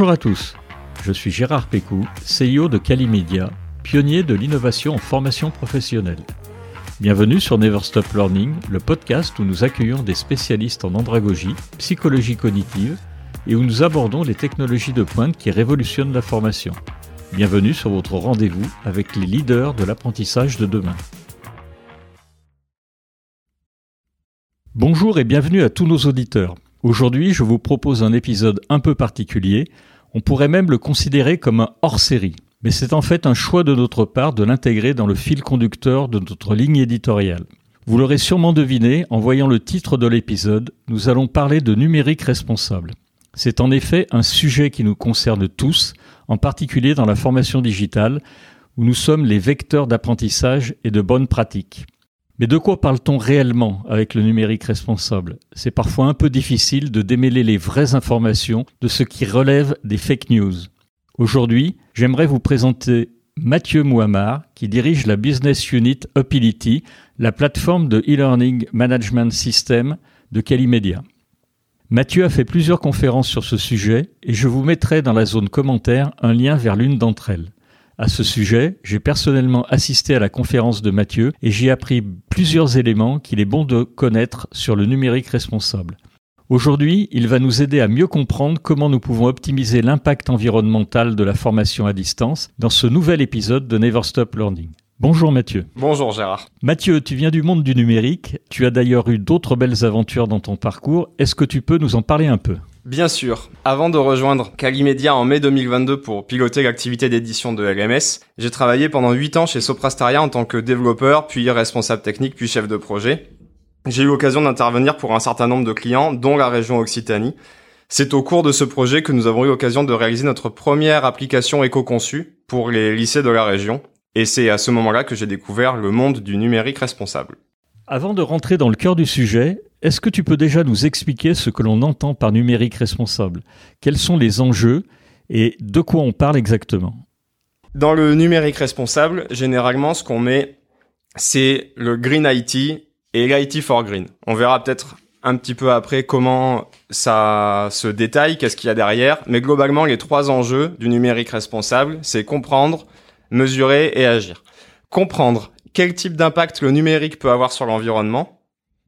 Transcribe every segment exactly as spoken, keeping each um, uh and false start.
Bonjour à tous, je suis Gérard Pécou, C E O de Calimedia, pionnier de l'innovation en formation professionnelle. Bienvenue sur Never Stop Learning, le podcast où nous accueillons des spécialistes en andragogie, psychologie cognitive et où nous abordons les technologies de pointe qui révolutionnent la formation. Bienvenue sur votre rendez-vous avec les leaders de l'apprentissage de demain. Bonjour et bienvenue à tous nos auditeurs. Aujourd'hui, je vous propose un épisode un peu particulier. On pourrait même le considérer comme un hors-série. Mais c'est en fait un choix de notre part de l'intégrer dans le fil conducteur de notre ligne éditoriale. Vous l'aurez sûrement deviné, en voyant le titre de l'épisode, nous allons parler de numérique responsable. C'est en effet un sujet qui nous concerne tous, en particulier dans la formation digitale, où nous sommes les vecteurs d'apprentissage et de bonnes pratiques. Mais de quoi parle-t-on réellement avec le numérique responsable ? C'est parfois un peu difficile de démêler les vraies informations de ce qui relève des fake news. Aujourd'hui, j'aimerais vous présenter Mathieu Mouhammar, qui dirige la Business Unit Upility, la plateforme de e-learning management system de Calimedia. Mathieu a fait plusieurs conférences sur ce sujet et je vous mettrai dans la zone commentaire un lien vers l'une d'entre elles. À ce sujet, j'ai personnellement assisté à la conférence de Mathieu et j'y ai appris plusieurs éléments qu'il est bon de connaître sur le numérique responsable. Aujourd'hui, il va nous aider à mieux comprendre comment nous pouvons optimiser l'impact environnemental de la formation à distance dans ce nouvel épisode de Never Stop Learning. Bonjour Mathieu. Bonjour Gérard. Mathieu, tu viens du monde du numérique. Tu as d'ailleurs eu d'autres belles aventures dans ton parcours. Est-ce que tu peux nous en parler un peu ? Bien sûr. Avant de rejoindre Calimedia en mai deux mille vingt-deux pour piloter l'activité d'édition de L M S, j'ai travaillé pendant huit ans chez Soprasteria en tant que développeur, puis responsable technique, puis chef de projet. J'ai eu l'occasion d'intervenir pour un certain nombre de clients, dont la région Occitanie. C'est au cours de ce projet que nous avons eu l'occasion de réaliser notre première application éco-conçue pour les lycées de la région. Et c'est à ce moment-là que j'ai découvert le monde du numérique responsable. Avant de rentrer dans le cœur du sujet, est-ce que tu peux déjà nous expliquer ce que l'on entend par numérique responsable ? Quels sont les enjeux et de quoi on parle exactement ? Dans le numérique responsable, généralement, ce qu'on met, c'est le Green I T et l'I T for Green. On verra peut-être un petit peu après comment ça se détaille, qu'est-ce qu'il y a derrière. Mais globalement, les trois enjeux du numérique responsable, c'est comprendre, mesurer et agir. Comprendre quel type d'impact le numérique peut avoir sur l'environnement,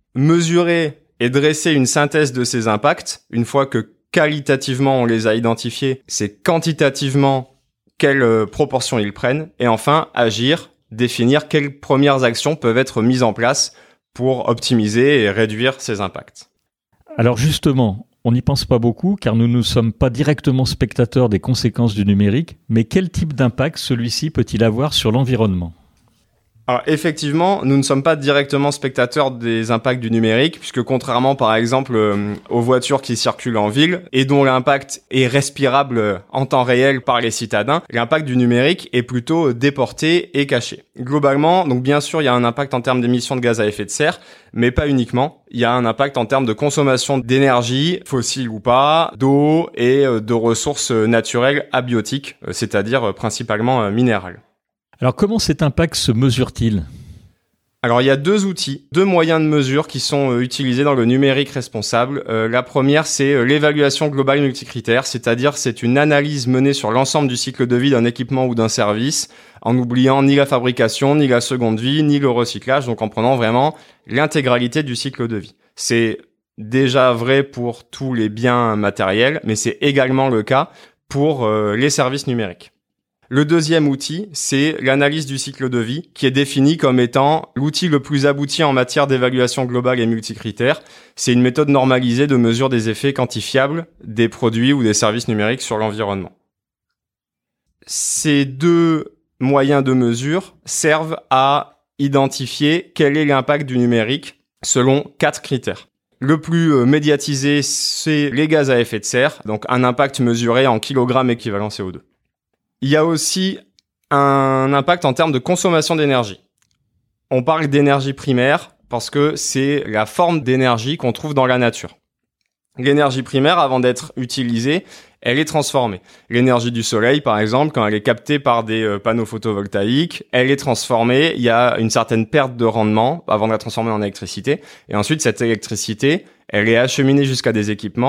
mesurer et dresser une synthèse de ces impacts. Une fois que qualitativement on les a identifiés, c'est quantitativement quelle proportion ils prennent. Et enfin, agir, définir quelles premières actions peuvent être mises en place pour optimiser et réduire ces impacts. Alors justement, on n'y pense pas beaucoup car nous ne sommes pas directement spectateurs des conséquences du numérique, mais quel type d'impact celui-ci peut-il avoir sur l'environnement ? Alors effectivement, nous ne sommes pas directement spectateurs des impacts du numérique, puisque contrairement par exemple euh, aux voitures qui circulent en ville et dont l'impact est respirable en temps réel par les citadins, l'impact du numérique est plutôt déporté et caché. Globalement, donc bien sûr, il y a un impact en termes d'émissions de gaz à effet de serre, mais pas uniquement. Il y a un impact en termes de consommation d'énergie, fossile ou pas, d'eau et de ressources naturelles abiotiques, c'est-à-dire principalement minérales. Alors comment cet impact se mesure-t-il ? Alors il y a deux outils, deux moyens de mesure qui sont euh, utilisés dans le numérique responsable. Euh, la première, c'est euh, l'évaluation globale multicritère, c'est-à-dire c'est une analyse menée sur l'ensemble du cycle de vie d'un équipement ou d'un service, en n'oubliant ni la fabrication, ni la seconde vie, ni le recyclage, donc en prenant vraiment l'intégralité du cycle de vie. C'est déjà vrai pour tous les biens matériels, mais c'est également le cas pour euh, les services numériques. Le deuxième outil, c'est l'analyse du cycle de vie, qui est défini comme étant l'outil le plus abouti en matière d'évaluation globale et multicritère. C'est une méthode normalisée de mesure des effets quantifiables des produits ou des services numériques sur l'environnement. Ces deux moyens de mesure servent à identifier quel est l'impact du numérique selon quatre critères. Le plus médiatisé, c'est les gaz à effet de serre, donc un impact mesuré en kilogrammes équivalent C O deux. Il y a aussi un impact en termes de consommation d'énergie. On parle d'énergie primaire parce que c'est la forme d'énergie qu'on trouve dans la nature. L'énergie primaire, avant d'être utilisée, elle est transformée. L'énergie du soleil, par exemple, quand elle est captée par des panneaux photovoltaïques, elle est transformée. Il y a une certaine perte de rendement avant de la transformer en électricité. Et ensuite, cette électricité, elle est acheminée jusqu'à des équipements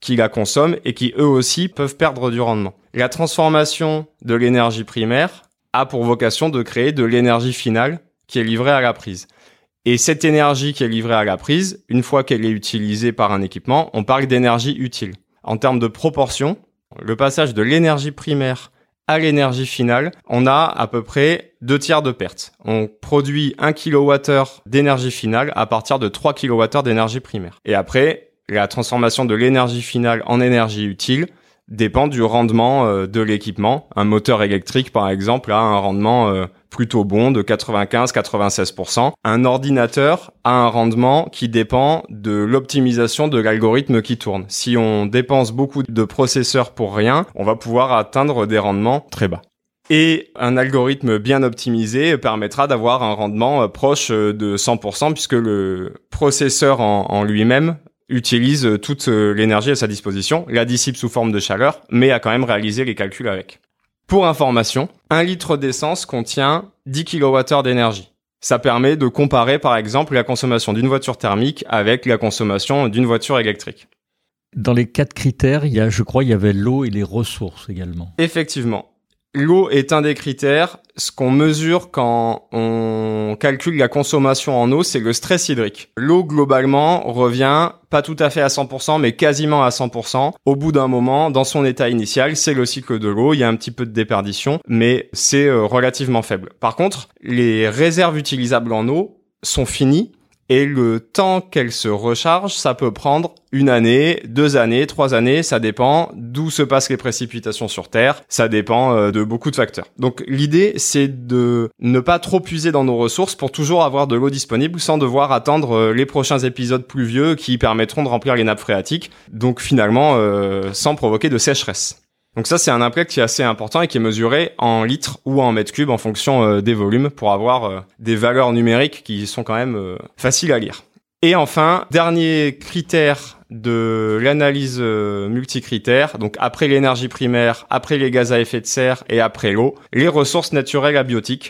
qui la consomment et qui eux aussi peuvent perdre du rendement. La transformation de l'énergie primaire a pour vocation de créer de l'énergie finale qui est livrée à la prise. Et cette énergie qui est livrée à la prise, une fois qu'elle est utilisée par un équipement, on parle d'énergie utile. En termes de proportion, le passage de l'énergie primaire à l'énergie finale, on a à peu près deux tiers de perte. On produit un kilowattheure d'énergie finale à partir de trois kilowattheures d'énergie primaire. Et après, la transformation de l'énergie finale en énergie utile dépend du rendement euh, de l'équipement. Un moteur électrique, par exemple, a un rendement euh, plutôt bon de quatre-vingt-quinze à quatre-vingt-seize pour cent. Un ordinateur a un rendement qui dépend de l'optimisation de l'algorithme qui tourne. Si on dépense beaucoup de processeurs pour rien, on va pouvoir atteindre des rendements très bas. Et un algorithme bien optimisé permettra d'avoir un rendement proche de cent pour cent puisque le processeur en, en lui-même utilise toute l'énergie à sa disposition, la dissipe sous forme de chaleur, mais a quand même réalisé les calculs avec. Pour information, un litre d'essence contient dix kilowattheures d'énergie. Ça permet de comparer par exemple la consommation d'une voiture thermique avec la consommation d'une voiture électrique. Dans les quatre critères, il y a, je crois, il y avait l'eau et les ressources également. Effectivement. L'eau est un des critères. Ce qu'on mesure quand on calcule la consommation en eau, c'est le stress hydrique. L'eau, globalement, revient pas tout à fait à cent pour cent, mais quasiment à cent pour cent. Au bout d'un moment, dans son état initial, c'est le cycle de l'eau. Il y a un petit peu de déperdition, mais c'est euh, relativement faible. Par contre, les réserves utilisables en eau sont finies. Et le temps qu'elle se recharge, ça peut prendre une année, deux années, trois années, ça dépend d'où se passent les précipitations sur Terre, ça dépend euh, de beaucoup de facteurs. Donc l'idée, c'est de ne pas trop puiser dans nos ressources pour toujours avoir de l'eau disponible sans devoir attendre euh, les prochains épisodes pluvieux qui permettront de remplir les nappes phréatiques, donc finalement euh, sans provoquer de sécheresse. Donc ça, c'est un impact qui est assez important et qui est mesuré en litres ou en mètres cubes en fonction euh, des volumes pour avoir euh, des valeurs numériques qui sont quand même euh, faciles à lire. Et enfin, dernier critère de l'analyse euh, multicritère, donc après l'énergie primaire, après les gaz à effet de serre et après l'eau, les ressources naturelles abiotiques.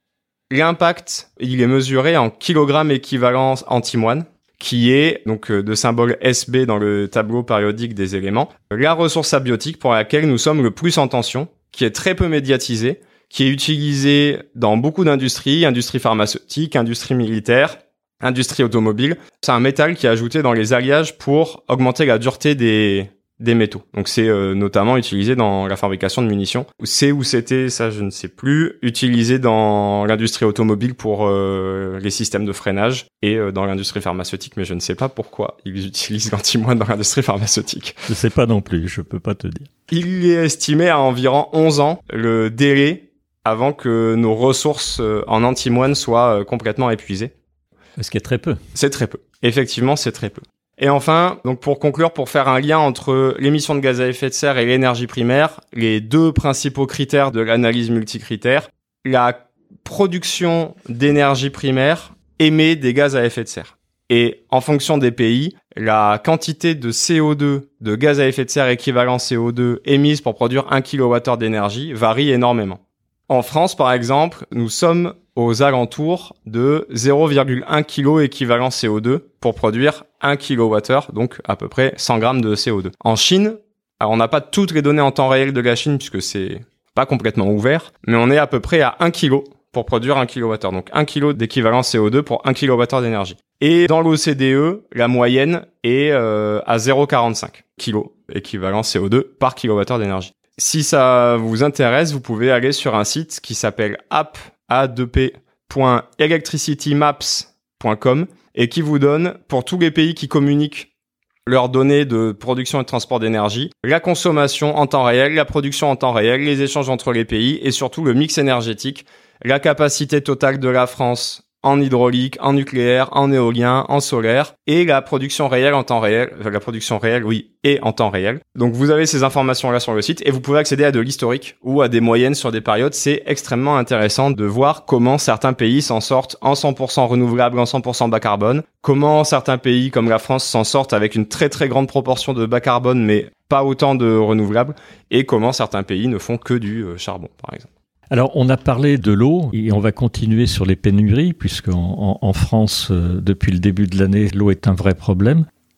L'impact, il est mesuré en kilogrammes équivalent antimoine, qui est donc de symbole S B dans le tableau périodique des éléments, la ressource abiotique pour laquelle nous sommes le plus en tension, qui est très peu médiatisée, qui est utilisée dans beaucoup d'industries, industrie pharmaceutique, industrie militaire, industrie automobile. C'est un métal qui est ajouté dans les alliages pour augmenter la dureté des des métaux. Donc c'est euh, notamment utilisé dans la fabrication de munitions. C'est où c'était, ça je ne sais plus, utilisé dans l'industrie automobile pour euh, les systèmes de freinage et euh, dans l'industrie pharmaceutique, mais je ne sais pas pourquoi ils utilisent l'antimoine dans l'industrie pharmaceutique. Je sais pas non plus, je peux pas te dire. Il est estimé à environ onze ans le délai avant que nos ressources en antimoine soient complètement épuisées. Ce qui est très peu. C'est très peu. Effectivement, c'est très peu. Et enfin, donc pour conclure, pour faire un lien entre l'émission de gaz à effet de serre et l'énergie primaire, les deux principaux critères de l'analyse multicritère, la production d'énergie primaire émet des gaz à effet de serre. Et en fonction des pays, la quantité de C O deux, de gaz à effet de serre équivalent C O deux émise pour produire un kilowattheure d'énergie varie énormément. En France, par exemple, nous sommes aux alentours de zéro virgule un kilo équivalent C O deux pour produire un kilowattheure, donc à peu près cent grammes de C O deux. En Chine, alors on n'a pas toutes les données en temps réel de la Chine puisque c'est pas complètement ouvert, mais on est à peu près à un kilo pour produire un kilowattheure, donc un kilo d'équivalent C O deux pour un kilowattheure d'énergie. Et dans l'O C D E, la moyenne est euh, à zéro virgule quarante-cinq kilos équivalent C O deux par kilowattheure d'énergie. Si ça vous intéresse, vous pouvez aller sur un site qui s'appelle app point electricity maps point com et qui vous donne, pour tous les pays qui communiquent leurs données de production et de transport d'énergie, la consommation en temps réel, la production en temps réel, les échanges entre les pays et surtout le mix énergétique, la capacité totale de la France en hydraulique, en nucléaire, en éolien, en solaire, et la production réelle en temps réel, enfin, la production réelle, oui, et en temps réel. Donc vous avez ces informations-là sur le site, et vous pouvez accéder à de l'historique, ou à des moyennes sur des périodes. C'est extrêmement intéressant de voir comment certains pays s'en sortent en cent pour cent renouvelable, en cent pour cent bas carbone, comment certains pays comme la France s'en sortent avec une très très grande proportion de bas carbone, mais pas autant de renouvelables, et comment certains pays ne font que du charbon, par exemple. Alors, on a parlé de l'eau et on va continuer sur les pénuries puisqu'en en, en France, euh, depuis le début de l'année, l'eau est un vrai problème.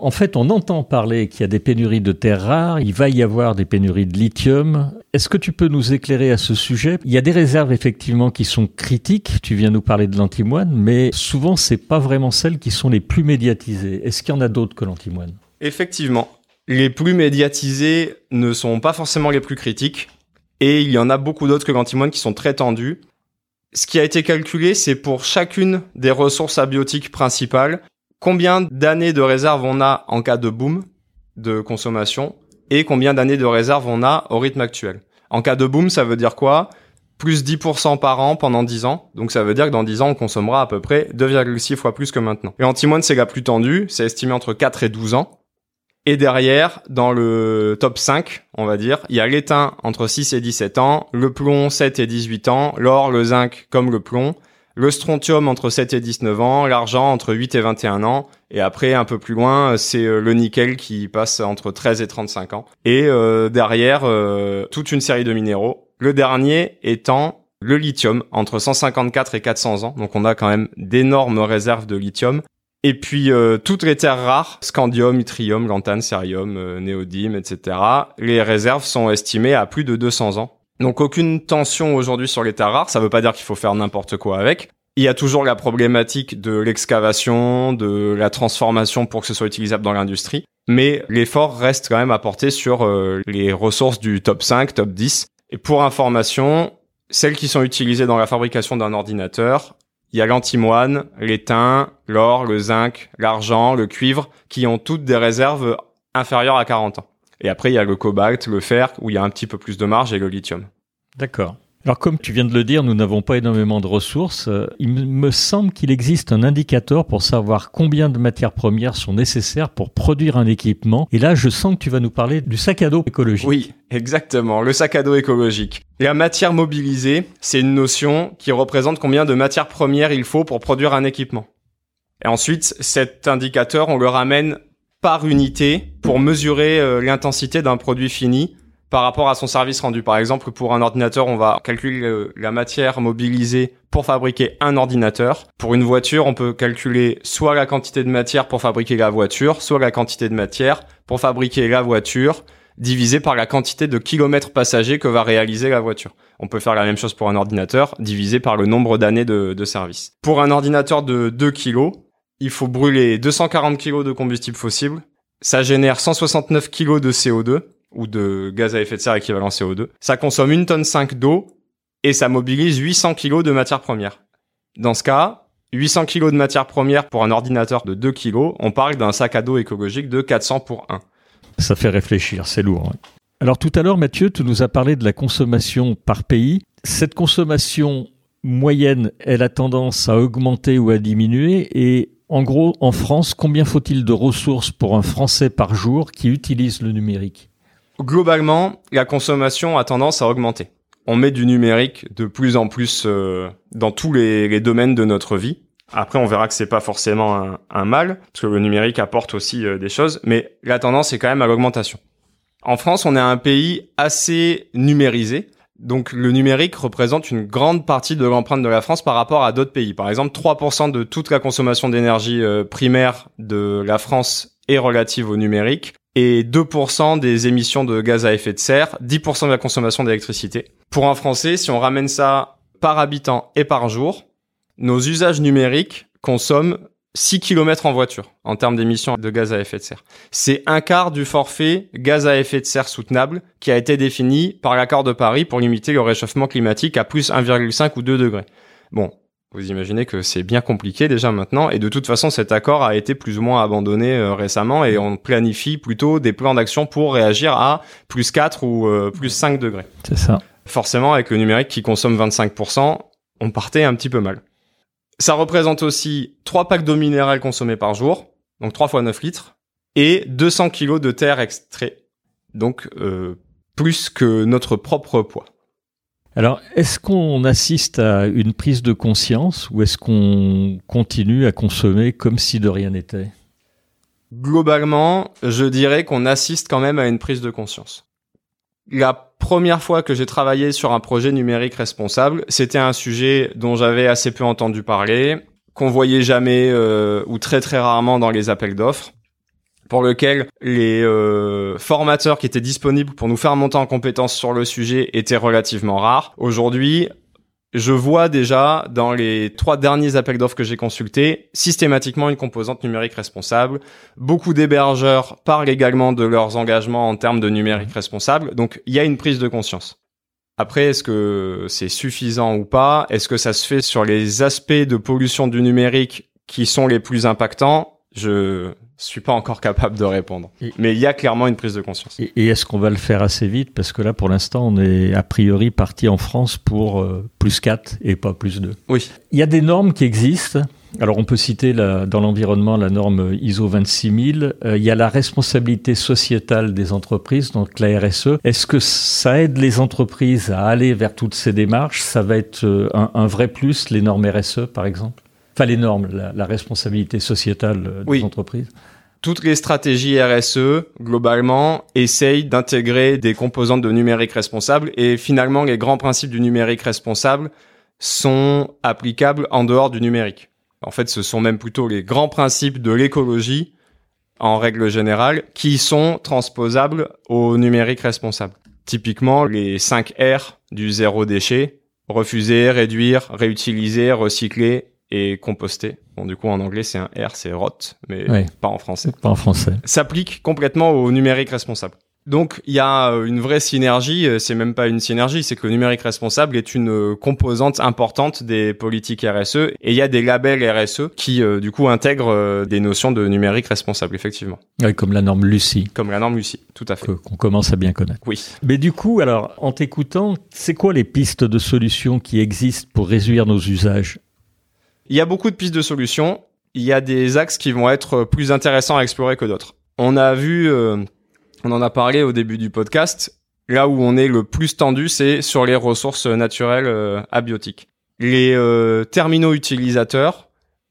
En fait, on entend parler qu'il y a des pénuries de terres rares, il va y avoir des pénuries de lithium. Est-ce que tu peux nous éclairer à ce sujet ? Il y a des réserves effectivement qui sont critiques, tu viens nous parler de l'antimoine, mais souvent c'est pas vraiment celles qui sont les plus médiatisées. Est-ce qu'il y en a d'autres que l'antimoine ? Effectivement, les plus médiatisés ne sont pas forcément les plus critiques, et il y en a beaucoup d'autres que l'antimoine qui sont très tendus. Ce qui a été calculé, c'est pour chacune des ressources abiotiques principales, combien d'années de réserve on a en cas de boom de consommation et combien d'années de réserve on a au rythme actuel. En cas de boom, ça veut dire quoi ? Plus dix pour cent par an pendant dix ans. Donc ça veut dire que dans dix ans, on consommera à peu près deux virgule six fois plus que maintenant. Et l'antimoine, c'est la plus tendue, c'est estimé entre quatre et douze ans. Et derrière, dans le top cinq, on va dire, il y a l'étain entre six et dix-sept ans, le plomb sept et dix-huit ans, l'or, le zinc comme le plomb, le strontium entre sept et dix-neuf ans, l'argent entre huit et vingt et un ans, et après un peu plus loin, c'est le nickel qui passe entre treize et trente-cinq ans. Et euh, derrière, euh, toute une série de minéraux. Le dernier étant le lithium, entre cent cinquante-quatre et quatre cents ans. Donc on a quand même d'énormes réserves de lithium. Et puis euh, toutes les terres rares, scandium, yttrium, lantane, cérium, euh, néodyme, et cetera. Les réserves sont estimées à plus de deux cents ans. Donc aucune tension aujourd'hui sur les terres rares, ça veut pas dire qu'il faut faire n'importe quoi avec. Il y a toujours la problématique de l'excavation, de la transformation pour que ce soit utilisable dans l'industrie, mais l'effort reste quand même à porter sur euh, les ressources du top cinq, top dix. Et pour information, celles qui sont utilisées dans la fabrication d'un ordinateur, il y a l'antimoine, l'étain, l'or, le zinc, l'argent, le cuivre, qui ont toutes des réserves inférieures à quarante ans. Et après, il y a le cobalt, le fer, où il y a un petit peu plus de marge, et le lithium. D'accord. Alors, comme tu viens de le dire, nous n'avons pas énormément de ressources. Il me semble qu'il existe un indicateur pour savoir combien de matières premières sont nécessaires pour produire un équipement. Et là, je sens que tu vas nous parler du sac à dos écologique. Oui, exactement, le sac à dos écologique. La matière mobilisée, c'est une notion qui représente combien de matières premières il faut pour produire un équipement. Et ensuite, cet indicateur, on le ramène par unité pour mesurer euh, l'intensité d'un produit fini par rapport à son service rendu. Par exemple, pour un ordinateur, on va calculer euh, la matière mobilisée pour fabriquer un ordinateur. Pour une voiture, on peut calculer soit la quantité de matière pour fabriquer la voiture, soit la quantité de matière pour fabriquer la voiture, divisé par la quantité de kilomètres passagers que va réaliser la voiture. On peut faire la même chose pour un ordinateur, divisé par le nombre d'années de, de service. Pour un ordinateur de deux kilos, il faut brûler deux cent quarante kilos de combustible fossile. Ça génère cent soixante-neuf kilos de C O deux, ou de gaz à effet de serre équivalent C O deux. Ça consomme une tonne cinq d'eau, et ça mobilise huit cents kilos de matières premières. Dans ce cas, huit cents kilos de matières premières pour un ordinateur de deux kilos, on parle d'un sac à dos écologique de quatre cents pour un. Ça fait réfléchir, c'est lourd. Hein. Alors tout à l'heure, Mathieu, tu nous as parlé de la consommation par pays. Cette consommation moyenne, elle a tendance à augmenter ou à diminuer. Et en gros, en France, combien faut-il de ressources pour un Français par jour qui utilise le numérique ? Globalement, la consommation a tendance à augmenter. On met du numérique de plus en plus euh, dans tous les, les domaines de notre vie. Après, on verra que c'est pas forcément un, un mal, parce que le numérique apporte aussi euh, des choses, mais la tendance est quand même à l'augmentation. En France, on est un pays assez numérisé, donc le numérique représente une grande partie de l'empreinte de la France par rapport à d'autres pays. Par exemple, trois pour cent de toute la consommation d'énergie euh, primaire de la France est relative au numérique, et deux pour cent des émissions de gaz à effet de serre, dix pour cent de la consommation d'électricité. Pour un Français, si on ramène ça par habitant et par jour, nos usages numériques consomment six kilomètres en voiture en termes d'émissions de gaz à effet de serre. C'est un quart du forfait gaz à effet de serre soutenable qui a été défini par l'accord de Paris pour limiter le réchauffement climatique à plus un virgule cinq ou deux degrés. Bon, vous imaginez que c'est bien compliqué déjà maintenant, et de toute façon cet accord a été plus ou moins abandonné euh, récemment, et on planifie plutôt des plans d'action pour réagir à plus quatre ou euh, plus cinq degrés. C'est ça. Forcément, avec le numérique qui consomme vingt-cinq pour cent, on partait un petit peu mal. Ça représente aussi trois packs d'eau minérale consommés par jour, donc trois fois neuf litres, et deux cents kilos de terre extrait, donc euh, plus que notre propre poids. Alors, est-ce qu'on assiste à une prise de conscience ou est-ce qu'on continue à consommer comme si de rien n'était ? Globalement, je dirais qu'on assiste quand même à une prise de conscience. La première fois que j'ai travaillé sur un projet numérique responsable, c'était un sujet dont j'avais assez peu entendu parler, qu'on voyait jamais euh, ou très très rarement dans les appels d'offres, pour lequel les euh, formateurs qui étaient disponibles pour nous faire monter en compétences sur le sujet étaient relativement rares. Aujourd'hui, je vois déjà dans les trois derniers appels d'offres que j'ai consultés systématiquement une composante numérique responsable. Beaucoup d'hébergeurs parlent également de leurs engagements en termes de numérique responsable. Donc, il y a une prise de conscience. Après, est-ce que c'est suffisant ou pas? Est-ce que ça se fait sur les aspects de pollution du numérique qui sont les plus impactants? Je suis pas encore capable de répondre. Et, Mais il y a clairement une prise de conscience. Et, et est-ce qu'on va le faire assez vite? Parce que là, pour l'instant, on est a priori parti en France pour euh, plus quatre et pas plus deux. Oui. Il y a des normes qui existent. Alors, on peut citer la, dans l'environnement la norme I S O vingt-six mille. Euh, il y a la responsabilité sociétale des entreprises, donc la R S E. Est-ce que ça aide les entreprises à aller vers toutes ces démarches? Ça va être euh, un, un vrai plus, les normes R S E, par exemple? Enfin, les normes, la, la responsabilité sociétale des oui. entreprises. Toutes les stratégies R S E, globalement, essayent d'intégrer des composantes de numérique responsable et finalement, les grands principes du numérique responsable sont applicables en dehors du numérique. En fait, ce sont même plutôt les grands principes de l'écologie, en règle générale, qui sont transposables au numérique responsable. Typiquement, les cinq R du zéro déchet, refuser, réduire, réutiliser, recycler et composter. Bon, du coup, en anglais, c'est un R, c'est rot, mais oui. pas en français. Pas en français. S'applique complètement au numérique responsable. Donc, il y a une vraie synergie. C'est même pas une synergie, c'est que le numérique responsable est une composante importante des politiques R S E. Et il y a des labels R S E qui, euh, du coup, intègrent euh, des notions de numérique responsable, effectivement. Oui, comme la norme Lucie. Comme la norme Lucie, tout à fait. Que, qu'on commence à bien connaître. Oui. Mais du coup, alors, en t'écoutant, c'est quoi les pistes de solutions qui existent pour réduire nos usages? Il y a beaucoup de pistes de solutions. Il y a des axes qui vont être plus intéressants à explorer que d'autres. On a vu, euh, on en a parlé au début du podcast. Là où on est le plus tendu, c'est sur les ressources naturelles euh, abiotiques. Les euh, terminaux utilisateurs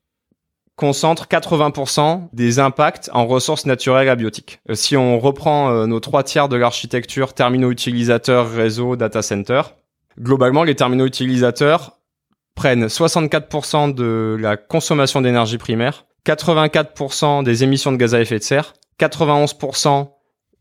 concentrent quatre-vingts pour cent des impacts en ressources naturelles abiotiques. Euh, si on reprend euh, nos trois tiers de l'architecture terminaux utilisateurs, réseau, data center, globalement, les terminaux utilisateurs prennent soixante-quatre pour cent de la consommation d'énergie primaire, quatre-vingt-quatre pour cent des émissions de gaz à effet de serre, quatre-vingt-onze pour cent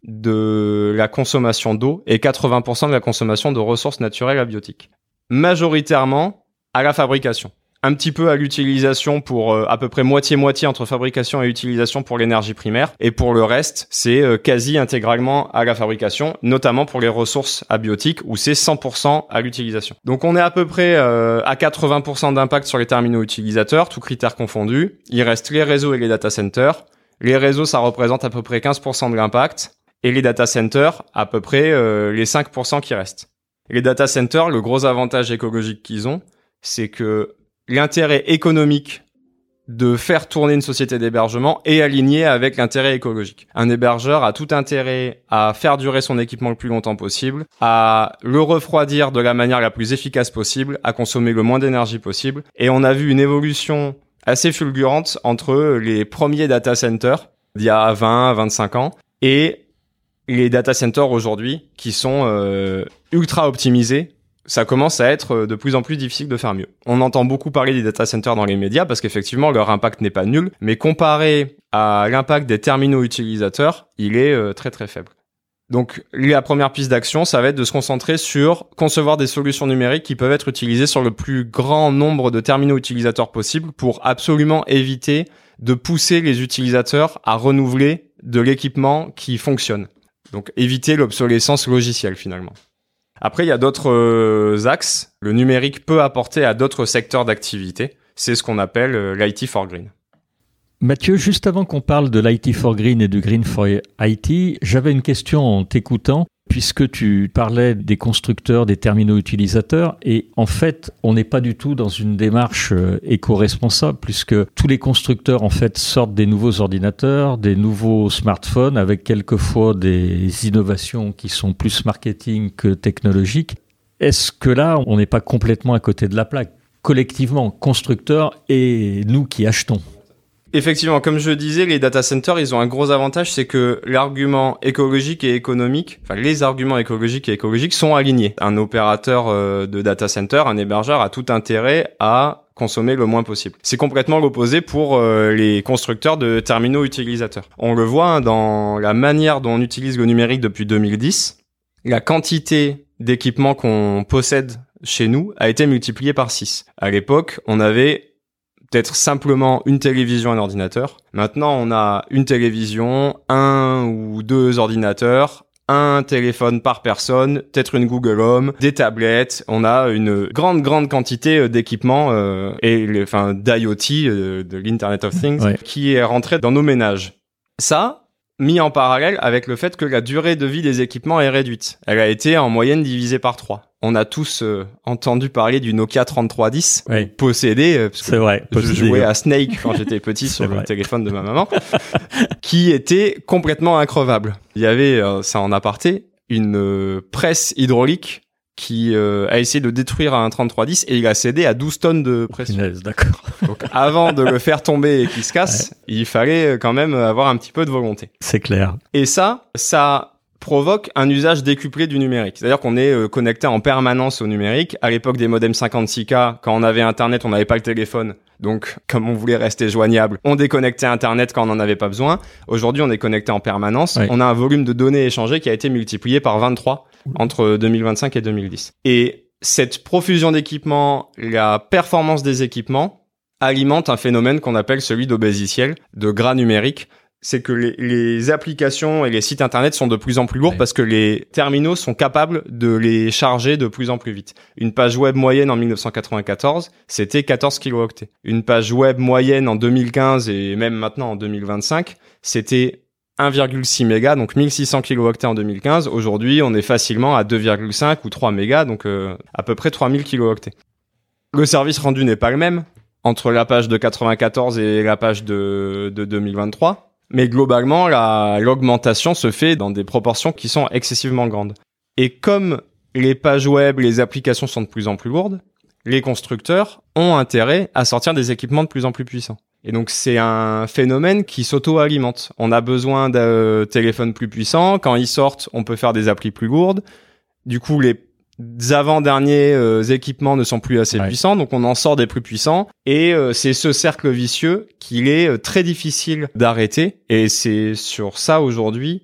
de la consommation d'eau et quatre-vingts pour cent de la consommation de ressources naturelles abiotiques. Majoritairement à la fabrication. Un petit peu à l'utilisation pour euh, à peu près moitié-moitié entre fabrication et utilisation pour l'énergie primaire. Et pour le reste, c'est euh, quasi intégralement à la fabrication, notamment pour les ressources abiotiques où c'est cent pour cent à l'utilisation. Donc on est à peu près euh, à quatre-vingts pour cent d'impact sur les terminaux utilisateurs, tous critères confondus. Il reste les réseaux et les data centers. Les réseaux, ça représente à peu près quinze pour cent de l'impact. Et les data centers, à peu près euh, les cinq pour cent qui restent. Les data centers, le gros avantage écologique qu'ils ont, c'est que l'intérêt économique de faire tourner une société d'hébergement est aligné avec l'intérêt écologique. Un hébergeur a tout intérêt à faire durer son équipement le plus longtemps possible, à le refroidir de la manière la plus efficace possible, à consommer le moins d'énergie possible. Et on a vu une évolution assez fulgurante entre les premiers data centers d'il y a vingt à vingt-cinq ans et les data centers aujourd'hui qui sont euh, ultra optimisés. Ça commence à être de plus en plus difficile de faire mieux. On entend beaucoup parler des data centers dans les médias parce qu'effectivement, leur impact n'est pas nul, mais comparé à l'impact des terminaux utilisateurs, il est euh, très très faible. Donc, la première piste d'action, ça va être de se concentrer sur concevoir des solutions numériques qui peuvent être utilisées sur le plus grand nombre de terminaux utilisateurs possible pour absolument éviter de pousser les utilisateurs à renouveler de l'équipement qui fonctionne. Donc, éviter l'obsolescence logicielle finalement. Après, il y a d'autres euh, axes. Le numérique peut apporter à d'autres secteurs d'activité. C'est ce qu'on appelle euh, l'I T for Green. Mathieu, juste avant qu'on parle de l'I T for Green et du Green for I T, j'avais une question en t'écoutant, puisque tu parlais des constructeurs, des terminaux utilisateurs, et en fait, on n'est pas du tout dans une démarche euh, éco-responsable, puisque tous les constructeurs, en fait, sortent des nouveaux ordinateurs, des nouveaux smartphones, avec quelquefois des innovations qui sont plus marketing que technologiques. Est-ce que là, on n'est pas complètement à côté de la plaque, collectivement, constructeurs et nous qui achetons ? Effectivement, comme je disais, les data centers, ils ont un gros avantage, c'est que l'argument écologique et économique, enfin les arguments écologiques et écologiques sont alignés. Un opérateur euh, de data center, un hébergeur, a tout intérêt à consommer le moins possible. C'est complètement l'opposé pour euh, les constructeurs de terminaux utilisateurs. On le voit hein, dans la manière dont on utilise le numérique depuis deux mille dix. La quantité d'équipements qu'on possède chez nous a été multipliée par six. À l'époque, on avait peut-être simplement une télévision et un ordinateur. Maintenant, on a une télévision, un ou deux ordinateurs, un téléphone par personne, peut-être une Google Home, des tablettes. On a une grande, grande quantité d'équipements euh, et les, enfin, d'IoT, euh, de l'Internet of Things, ouais. qui est rentré dans nos ménages. Ça, mis en parallèle avec le fait que la durée de vie des équipements est réduite. Elle a été en moyenne divisée par trois. On a tous euh, entendu parler du Nokia trente-trois dix, oui. possédé, euh, parce que c'est vrai, je possédé, jouais ouais. à Snake quand j'étais petit sur vrai. le téléphone de ma maman, qui était complètement increvable. Il y avait, euh, ça en aparté, une euh, presse hydraulique qui euh, a essayé de détruire un trente-trois dix et il a cédé à douze tonnes de pression. Finesse, d'accord. Donc avant de le faire tomber et qu'il se casse, ouais. il fallait quand même avoir un petit peu de volonté. C'est clair. Et ça, ça provoque un usage décuplé du numérique. C'est-à-dire qu'on est euh, connecté en permanence au numérique. À l'époque des modems cinquante-six K, quand on avait Internet, on n'avait pas le téléphone. Donc, comme on voulait rester joignable, on déconnectait Internet quand on n'en avait pas besoin. Aujourd'hui, on est connecté en permanence. Oui. On a un volume de données échangées qui a été multiplié par vingt-trois entre deux mille vingt-cinq et deux mille dix. Et cette profusion d'équipements, la performance des équipements, alimente un phénomène qu'on appelle celui d'obésiciel, de gras numérique. C'est que les, les applications et les sites internet sont de plus en plus lourds ouais. parce que les terminaux sont capables de les charger de plus en plus vite. Une page web moyenne en dix-neuf cent quatre-vingt-quatorze, c'était quatorze kilooctets. Une page web moyenne en deux mille quinze et même maintenant en deux mille vingt-cinq, c'était un virgule six mégas, donc mille six cents kilooctets en deux mille quinze. Aujourd'hui, on est facilement à deux virgule cinq ou trois mégas, donc euh, à peu près trois mille kilooctets. Le service rendu n'est pas le même entre la page de quatre-vingt-quatorze et la page de, de deux mille vingt-trois. Mais globalement, la, l'augmentation se fait dans des proportions qui sont excessivement grandes. Et comme les pages web, les applications sont de plus en plus lourdes, les constructeurs ont intérêt à sortir des équipements de plus en plus puissants. Et donc, c'est un phénomène qui s'auto-alimente. On a besoin de téléphones plus puissants. Quand ils sortent, on peut faire des applis plus lourdes. Du coup, les avant-derniers euh, équipements ne sont plus assez ouais. puissants, donc on en sort des plus puissants, et euh, c'est ce cercle vicieux qu'il est euh, très difficile d'arrêter, et c'est sur ça aujourd'hui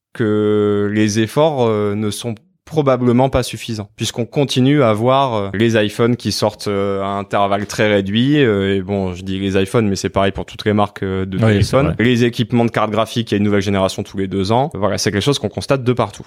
que les efforts euh, ne sont probablement pas suffisants, puisqu'on continue à voir euh, les iPhones qui sortent euh, à intervalles très réduits, euh, et bon, je dis les iPhones, mais c'est pareil pour toutes les marques euh, de oui, téléphones, les équipements de cartes graphiques, il y a une nouvelle génération tous les deux ans, voilà, c'est quelque chose qu'on constate de partout.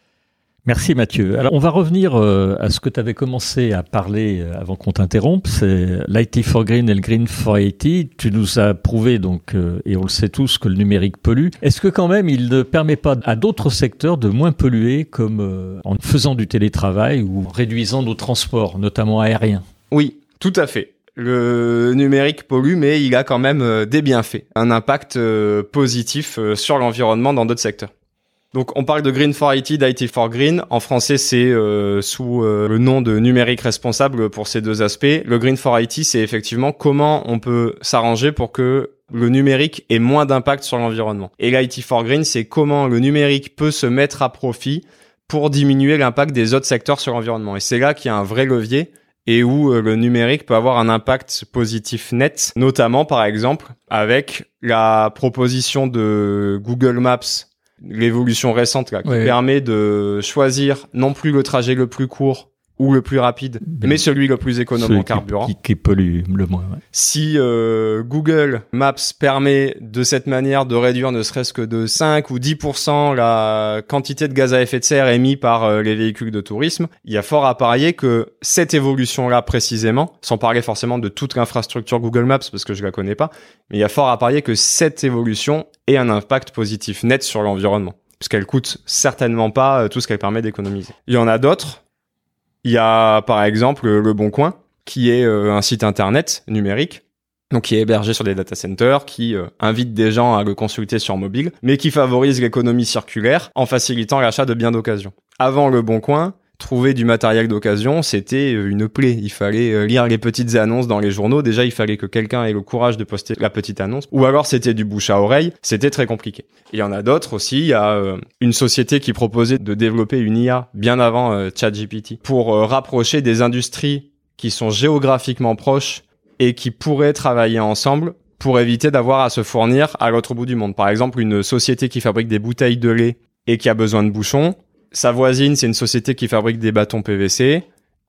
Merci Mathieu. Alors on va revenir euh, à ce que tu avais commencé à parler euh, avant qu'on t'interrompe, c'est l'I T for Green et le Green for I T. Tu nous as prouvé donc, euh, et on le sait tous, que le numérique pollue. Est-ce que quand même il ne permet pas à d'autres secteurs de moins polluer, comme euh, en faisant du télétravail ou en réduisant nos transports, notamment aériens ? Oui, tout à fait. Le numérique pollue, mais il a quand même euh, des bienfaits, un impact euh, positif euh, sur l'environnement dans d'autres secteurs. Donc, on parle de Green for I T, d'I T for Green. En français, c'est euh, sous euh, le nom de numérique responsable pour ces deux aspects. Le Green for I T, c'est effectivement comment on peut s'arranger pour que le numérique ait moins d'impact sur l'environnement. Et l'I T for Green, c'est comment le numérique peut se mettre à profit pour diminuer l'impact des autres secteurs sur l'environnement. Et c'est là qu'il y a un vrai levier et où euh, le numérique peut avoir un impact positif net, notamment, par exemple, avec la proposition de Google Maps, l'évolution récente là, qui ouais. permet de choisir non plus le trajet le plus court ou le plus rapide, mais, mais celui le plus économe celui en carburant. Qui, qui pollue le moins. Ouais. Si euh, Google Maps permet de cette manière de réduire ne serait-ce que de cinq ou dix pour cent la quantité de gaz à effet de serre émis par euh, les véhicules de tourisme, il y a fort à parier que cette évolution-là précisément, sans parler forcément de toute l'infrastructure Google Maps parce que je la connais pas, mais il y a fort à parier que cette évolution ait un impact positif net sur l'environnement, puisqu'elle coûte certainement pas euh, tout ce qu'elle permet d'économiser. Il y en a d'autres. Il y a par exemple Le Bon Coin, qui est euh, un site internet numérique, donc qui est hébergé sur des data centers, qui euh, invite des gens à le consulter sur mobile, mais qui favorise l'économie circulaire en facilitant l'achat de biens d'occasion. Avant Le Bon Coin, trouver du matériel d'occasion, c'était une plaie. Il fallait lire les petites annonces dans les journaux. Déjà, il fallait que quelqu'un ait le courage de poster la petite annonce. Ou alors, c'était du bouche à oreille. C'était très compliqué. Il y en a d'autres aussi. Il y a euh, une société qui proposait de développer une I A bien avant euh, ChatGPT pour euh, rapprocher des industries qui sont géographiquement proches et qui pourraient travailler ensemble pour éviter d'avoir à se fournir à l'autre bout du monde. Par exemple, une société qui fabrique des bouteilles de lait et qui a besoin de bouchons. Sa voisine, c'est une société qui fabrique des bâtons P V C.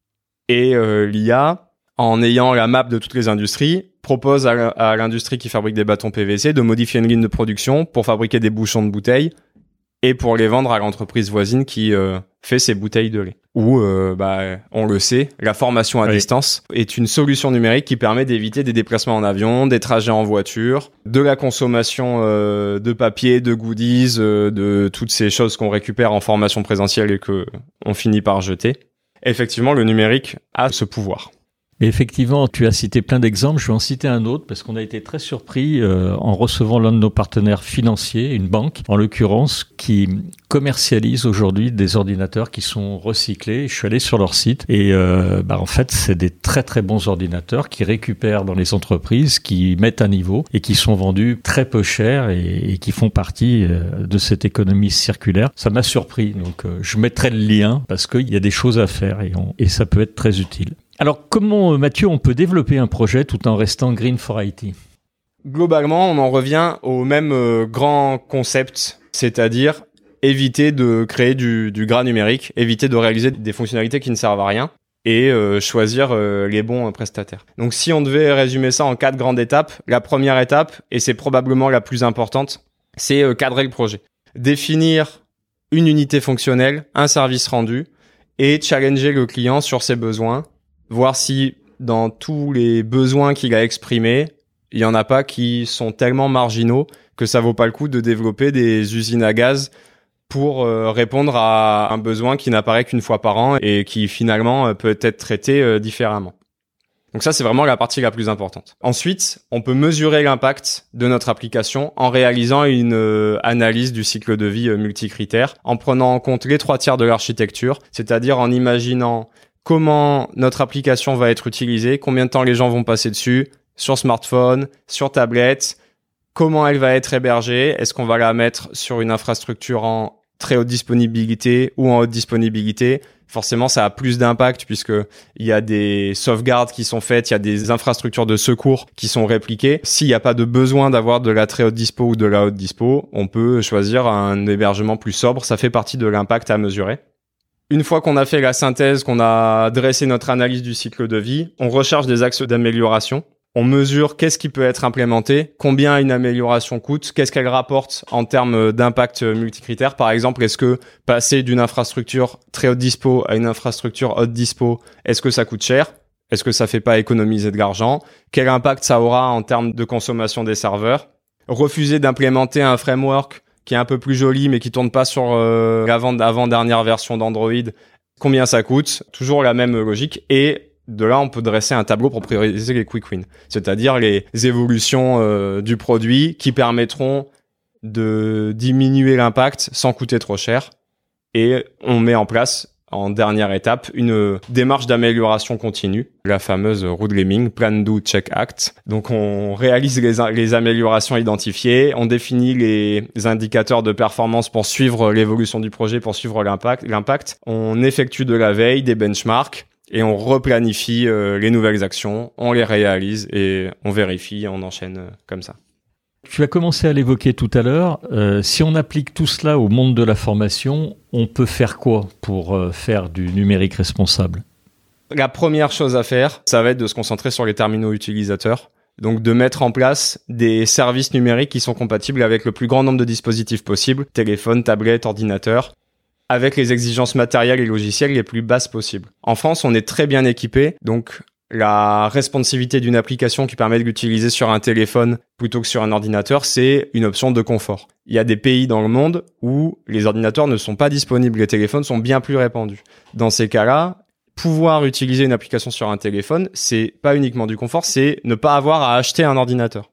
Et euh, l'I A, en ayant la map de toutes les industries, propose à, à l'industrie qui fabrique des bâtons P V C de modifier une ligne de production pour fabriquer des bouchons de bouteilles et pour les vendre à l'entreprise voisine qui euh, fait ses bouteilles de lait. Ou, euh, bah, on le sait, la formation à oui. distance est une solution numérique qui permet d'éviter des déplacements en avion, des trajets en voiture, de la consommation euh, de papier, de goodies, euh, de toutes ces choses qu'on récupère en formation présentielle et que on finit par jeter. Effectivement, le numérique a ce pouvoir. Mais effectivement, tu as cité plein d'exemples. Je vais en citer un autre parce qu'on a été très surpris euh, en recevant l'un de nos partenaires financiers, une banque en l'occurrence, qui commercialise aujourd'hui des ordinateurs qui sont recyclés. Je suis allé sur leur site et euh, bah, en fait, c'est des très très bons ordinateurs qui récupèrent dans les entreprises, qui mettent à niveau et qui sont vendus très peu cher et, et qui font partie euh, de cette économie circulaire. Ça m'a surpris, donc euh, je mettrai le lien parce qu'il y a des choses à faire et, on, et ça peut être très utile. Alors, comment, Mathieu, on peut développer un projet tout en restant green for I T ? Globalement, on en revient au même euh, grand concept, c'est-à-dire éviter de créer du, du gras numérique, éviter de réaliser des fonctionnalités qui ne servent à rien et euh, choisir euh, les bons prestataires. Donc, si on devait résumer ça en quatre grandes étapes, la première étape, et c'est probablement la plus importante, c'est euh, cadrer le projet. Définir une unité fonctionnelle, un service rendu et challenger le client sur ses besoins, voir si dans tous les besoins qu'il a exprimés, il y en a pas qui sont tellement marginaux que ça vaut pas le coup de développer des usines à gaz pour euh, répondre à un besoin qui n'apparaît qu'une fois par an et qui finalement euh, peut être traité euh, différemment. Donc ça, c'est vraiment la partie la plus importante. Ensuite, on peut mesurer l'impact de notre application en réalisant une euh, analyse du cycle de vie euh, multicritère, en prenant en compte les trois tiers de l'architecture, c'est-à-dire en imaginant comment notre application va être utilisée, combien de temps les gens vont passer dessus, sur smartphone, sur tablette, comment elle va être hébergée, est-ce qu'on va la mettre sur une infrastructure en très haute disponibilité ou en haute disponibilité. Forcément, ça a plus d'impact puisque il y a des sauvegardes qui sont faites, il y a des infrastructures de secours qui sont répliquées. S'il n'y a pas de besoin d'avoir de la très haute dispo ou de la haute dispo, on peut choisir un hébergement plus sobre. Ça fait partie de l'impact à mesurer. Une fois qu'on a fait la synthèse, qu'on a dressé notre analyse du cycle de vie, on recherche des axes d'amélioration. On mesure qu'est-ce qui peut être implémenté, combien une amélioration coûte, qu'est-ce qu'elle rapporte en termes d'impact multicritère. Par exemple, est-ce que passer d'une infrastructure très haute dispo à une infrastructure haute dispo, est-ce que ça coûte cher ? Est-ce que ça fait pas économiser de l'argent ? Quel impact ça aura en termes de consommation des serveurs ? Refuser d'implémenter un framework qui est un peu plus joli mais qui tourne pas sur euh, l'avant-dernière version d'Android, combien ça coûte ? Toujours la même logique. Et de là, on peut dresser un tableau pour prioriser les quick wins, c'est-à-dire les évolutions euh, du produit qui permettront de diminuer l'impact sans coûter trop cher. Et on met en place, en dernière étape, une démarche d'amélioration continue, la fameuse roue de Lemming, Plan, Do, Check, Act. Donc, on réalise les, les améliorations identifiées, on définit les indicateurs de performance pour suivre l'évolution du projet, pour suivre l'impact, l'impact. On effectue de la veille, des benchmarks, et on replanifie euh, les nouvelles actions, on les réalise et on vérifie, on enchaîne euh, comme ça. Tu as commencé à l'évoquer tout à l'heure. Euh, si on applique tout cela au monde de la formation, on peut faire quoi pour euh, faire du numérique responsable ? La première chose à faire, ça va être de se concentrer sur les terminaux utilisateurs. Donc de mettre en place des services numériques qui sont compatibles avec le plus grand nombre de dispositifs possibles, téléphone, tablette, ordinateur, avec les exigences matérielles et logicielles les plus basses possibles. En France, on est très bien équipé, donc la responsivité d'une application qui permet de l'utiliser sur un téléphone plutôt que sur un ordinateur, c'est une option de confort. Il y a des pays dans le monde où les ordinateurs ne sont pas disponibles, les téléphones sont bien plus répandus. Dans ces cas-là, pouvoir utiliser une application sur un téléphone, c'est pas uniquement du confort, c'est ne pas avoir à acheter un ordinateur.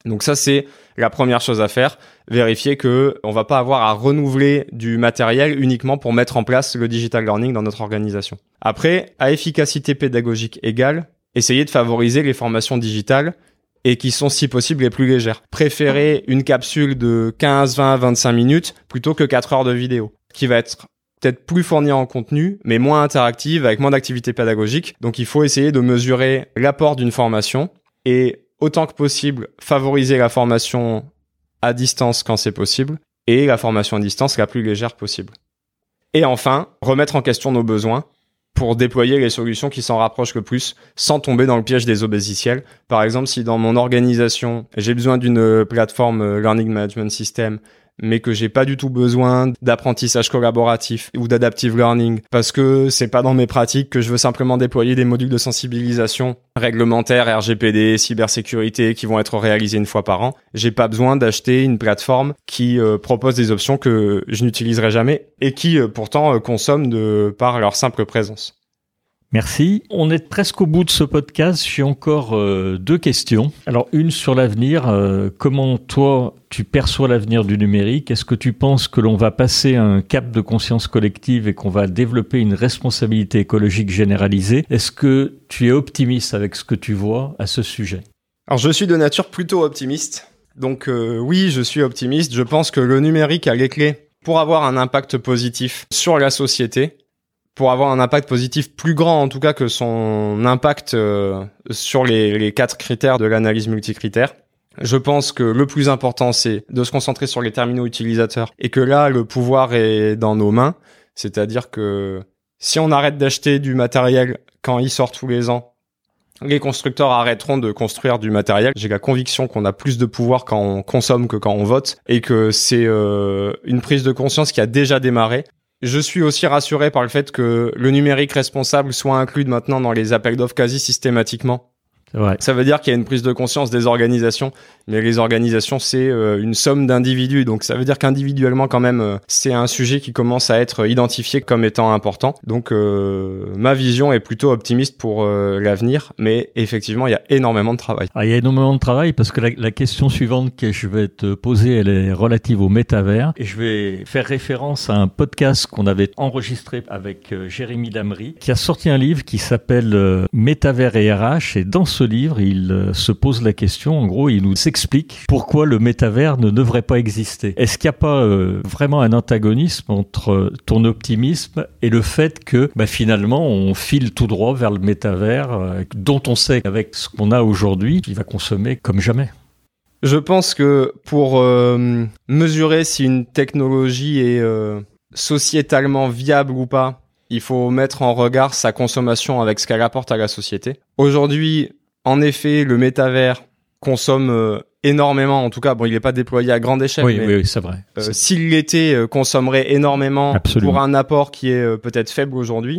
Donc ça, c'est la première chose à faire. Vérifier que on va pas avoir à renouveler du matériel uniquement pour mettre en place le digital learning dans notre organisation. Après, à efficacité pédagogique égale, essayez de favoriser les formations digitales et qui sont si possible les plus légères. Préférez une capsule de quinze, vingt, vingt-cinq minutes plutôt que quatre heures de vidéo, qui va être peut-être plus fournie en contenu, mais moins interactive, avec moins d'activité pédagogique. Donc il faut essayer de mesurer l'apport d'une formation et autant que possible, favoriser la formation à distance quand c'est possible et la formation à distance la plus légère possible. Et enfin, remettre en question nos besoins pour déployer les solutions qui s'en rapprochent le plus sans tomber dans le piège des obésiciels. Par exemple, si dans mon organisation, j'ai besoin d'une plateforme Learning Management System, mais que j'ai pas du tout besoin d'apprentissage collaboratif ou d'adaptive learning parce que c'est pas dans mes pratiques, que je veux simplement déployer des modules de sensibilisation réglementaires, R G P D, cybersécurité qui vont être réalisés une fois par an. J'ai pas besoin d'acheter une plateforme qui euh, propose des options que je n'utiliserai jamais et qui euh, pourtant euh, consomment de par leur simple présence. Merci. On est presque au bout de ce podcast. J'ai encore euh, deux questions. Alors, une sur l'avenir. Euh, comment toi, tu perçois l'avenir du numérique? Est-ce que tu penses que l'on va passer un cap de conscience collective et qu'on va développer une responsabilité écologique généralisée? Est-ce que tu es optimiste avec ce que tu vois à ce sujet? Alors, je suis de nature plutôt optimiste. Donc, euh, oui, je suis optimiste. Je pense que le numérique a les clés pour avoir un impact positif sur la société, pour avoir un impact positif plus grand en tout cas que son impact euh, sur les, les quatre critères de l'analyse multicritère. Je pense que le plus important, c'est de se concentrer sur les terminaux utilisateurs et que là, le pouvoir est dans nos mains. C'est-à-dire que si on arrête d'acheter du matériel quand il sort tous les ans, les constructeurs arrêteront de construire du matériel. J'ai la conviction qu'on a plus de pouvoir quand on consomme que quand on vote et que c'est euh, une prise de conscience qui a déjà démarré. Je suis aussi rassuré par le fait que le numérique responsable soit inclus maintenant dans les appels d'offres quasi systématiquement. C'est vrai. Ça veut dire qu'il y a une prise de conscience des organisations, mais les organisations, c'est euh, une somme d'individus. Donc ça veut dire qu'individuellement, quand même, euh, c'est un sujet qui commence à être identifié comme étant important. Donc euh, ma vision est plutôt optimiste pour euh, l'avenir, mais effectivement, il y a énormément de travail. Ah, il y a énormément de travail parce que la, la question suivante que je vais te poser, elle est relative au métavers. Et je vais faire référence à un podcast qu'on avait enregistré avec euh, Jérémy Damry, qui a sorti un livre qui s'appelle euh, Métavers et R H. Et dans ce livre, il euh, se pose la question, en gros, il nous explique pourquoi le métavers ne devrait pas exister. Est-ce qu'il n'y a pas euh, vraiment un antagonisme entre ton optimisme et le fait que bah, finalement on file tout droit vers le métavers euh, dont on sait qu'avec ce qu'on a aujourd'hui, il va consommer comme jamais? Je pense que pour euh, mesurer si une technologie est euh, sociétalement viable ou pas, il faut mettre en regard sa consommation avec ce qu'elle apporte à la société. Aujourd'hui, en effet, le métavers consomme euh, énormément. En tout cas, bon, il n'est pas déployé à grande échelle. Oui, mais, oui, oui, c'est vrai. Euh, c'est... S'il l'était, euh, consommerait énormément. Absolument. Pour un apport qui est euh, peut-être faible aujourd'hui.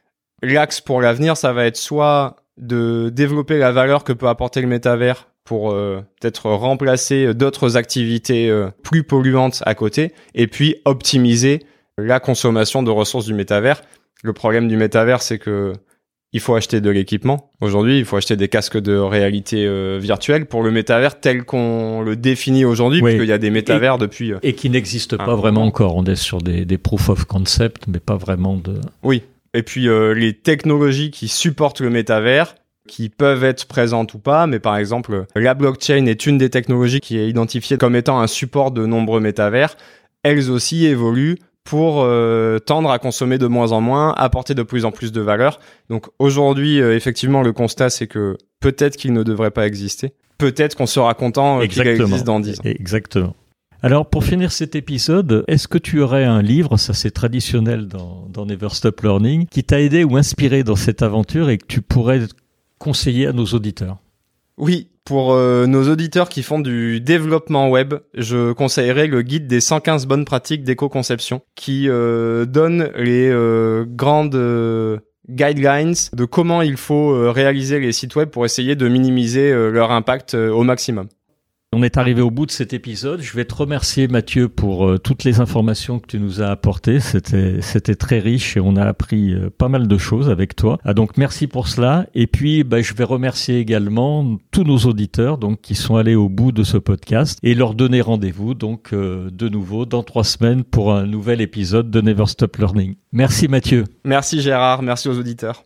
L'axe pour l'avenir, ça va être soit de développer la valeur que peut apporter le métavers pour euh, peut-être remplacer d'autres activités euh, plus polluantes à côté, et puis optimiser la consommation de ressources du métavers. Le problème du métavers, c'est que il faut acheter de l'équipement. Aujourd'hui, il faut acheter des casques de réalité euh, virtuelle pour le métavers tel qu'on le définit aujourd'hui, oui. Puisqu'il y a des métavers et, depuis... Euh, et qui n'existent pas vraiment moment. Encore. On est sur des, des proof of concept, mais pas vraiment de... Oui. Et puis, euh, les technologies qui supportent le métavers, qui peuvent être présentes ou pas, mais par exemple, la blockchain est une des technologies qui est identifiée comme étant un support de nombreux métavers. Elles aussi évoluent pour euh, tendre à consommer de moins en moins, apporter de plus en plus de valeur. Donc aujourd'hui, euh, effectivement, le constat, c'est que peut-être qu'il ne devrait pas exister. Peut-être qu'on sera content euh, qu'il existe dans dix ans. Exactement. Alors, pour finir cet épisode, est-ce que tu aurais un livre, ça c'est traditionnel dans, dans Never Stop Learning, qui t'a aidé ou inspiré dans cette aventure et que tu pourrais conseiller à nos auditeurs? Oui, pour euh, nos auditeurs qui font du développement web, je conseillerais le guide des cent quinze bonnes pratiques d'éco-conception qui euh, donne les euh, grandes euh, guidelines de comment il faut euh, réaliser les sites web pour essayer de minimiser euh, leur impact euh, au maximum. On est arrivé au bout de cet épisode. Je vais te remercier, Mathieu, pour euh, toutes les informations que tu nous as apportées. C'était, c'était très riche et on a appris euh, pas mal de choses avec toi. Ah, donc, merci pour cela. Et puis, bah, je vais remercier également tous nos auditeurs donc, qui sont allés au bout de ce podcast et leur donner rendez-vous donc euh, de nouveau dans trois semaines pour un nouvel épisode de Never Stop Learning. Merci, Mathieu. Merci, Gérard. Merci aux auditeurs.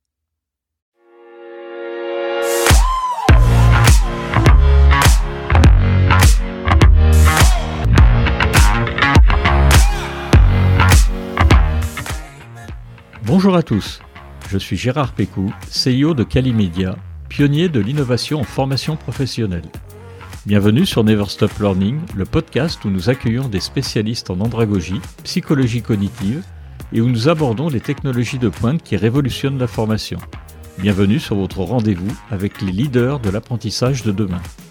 Bonjour à tous, je suis Gérard Pécou, C E O de Calimedia, pionnier de l'innovation en formation professionnelle. Bienvenue sur Never Stop Learning, le podcast où nous accueillons des spécialistes en andragogie, psychologie cognitive et où nous abordons les technologies de pointe qui révolutionnent la formation. Bienvenue sur votre rendez-vous avec les leaders de l'apprentissage de demain.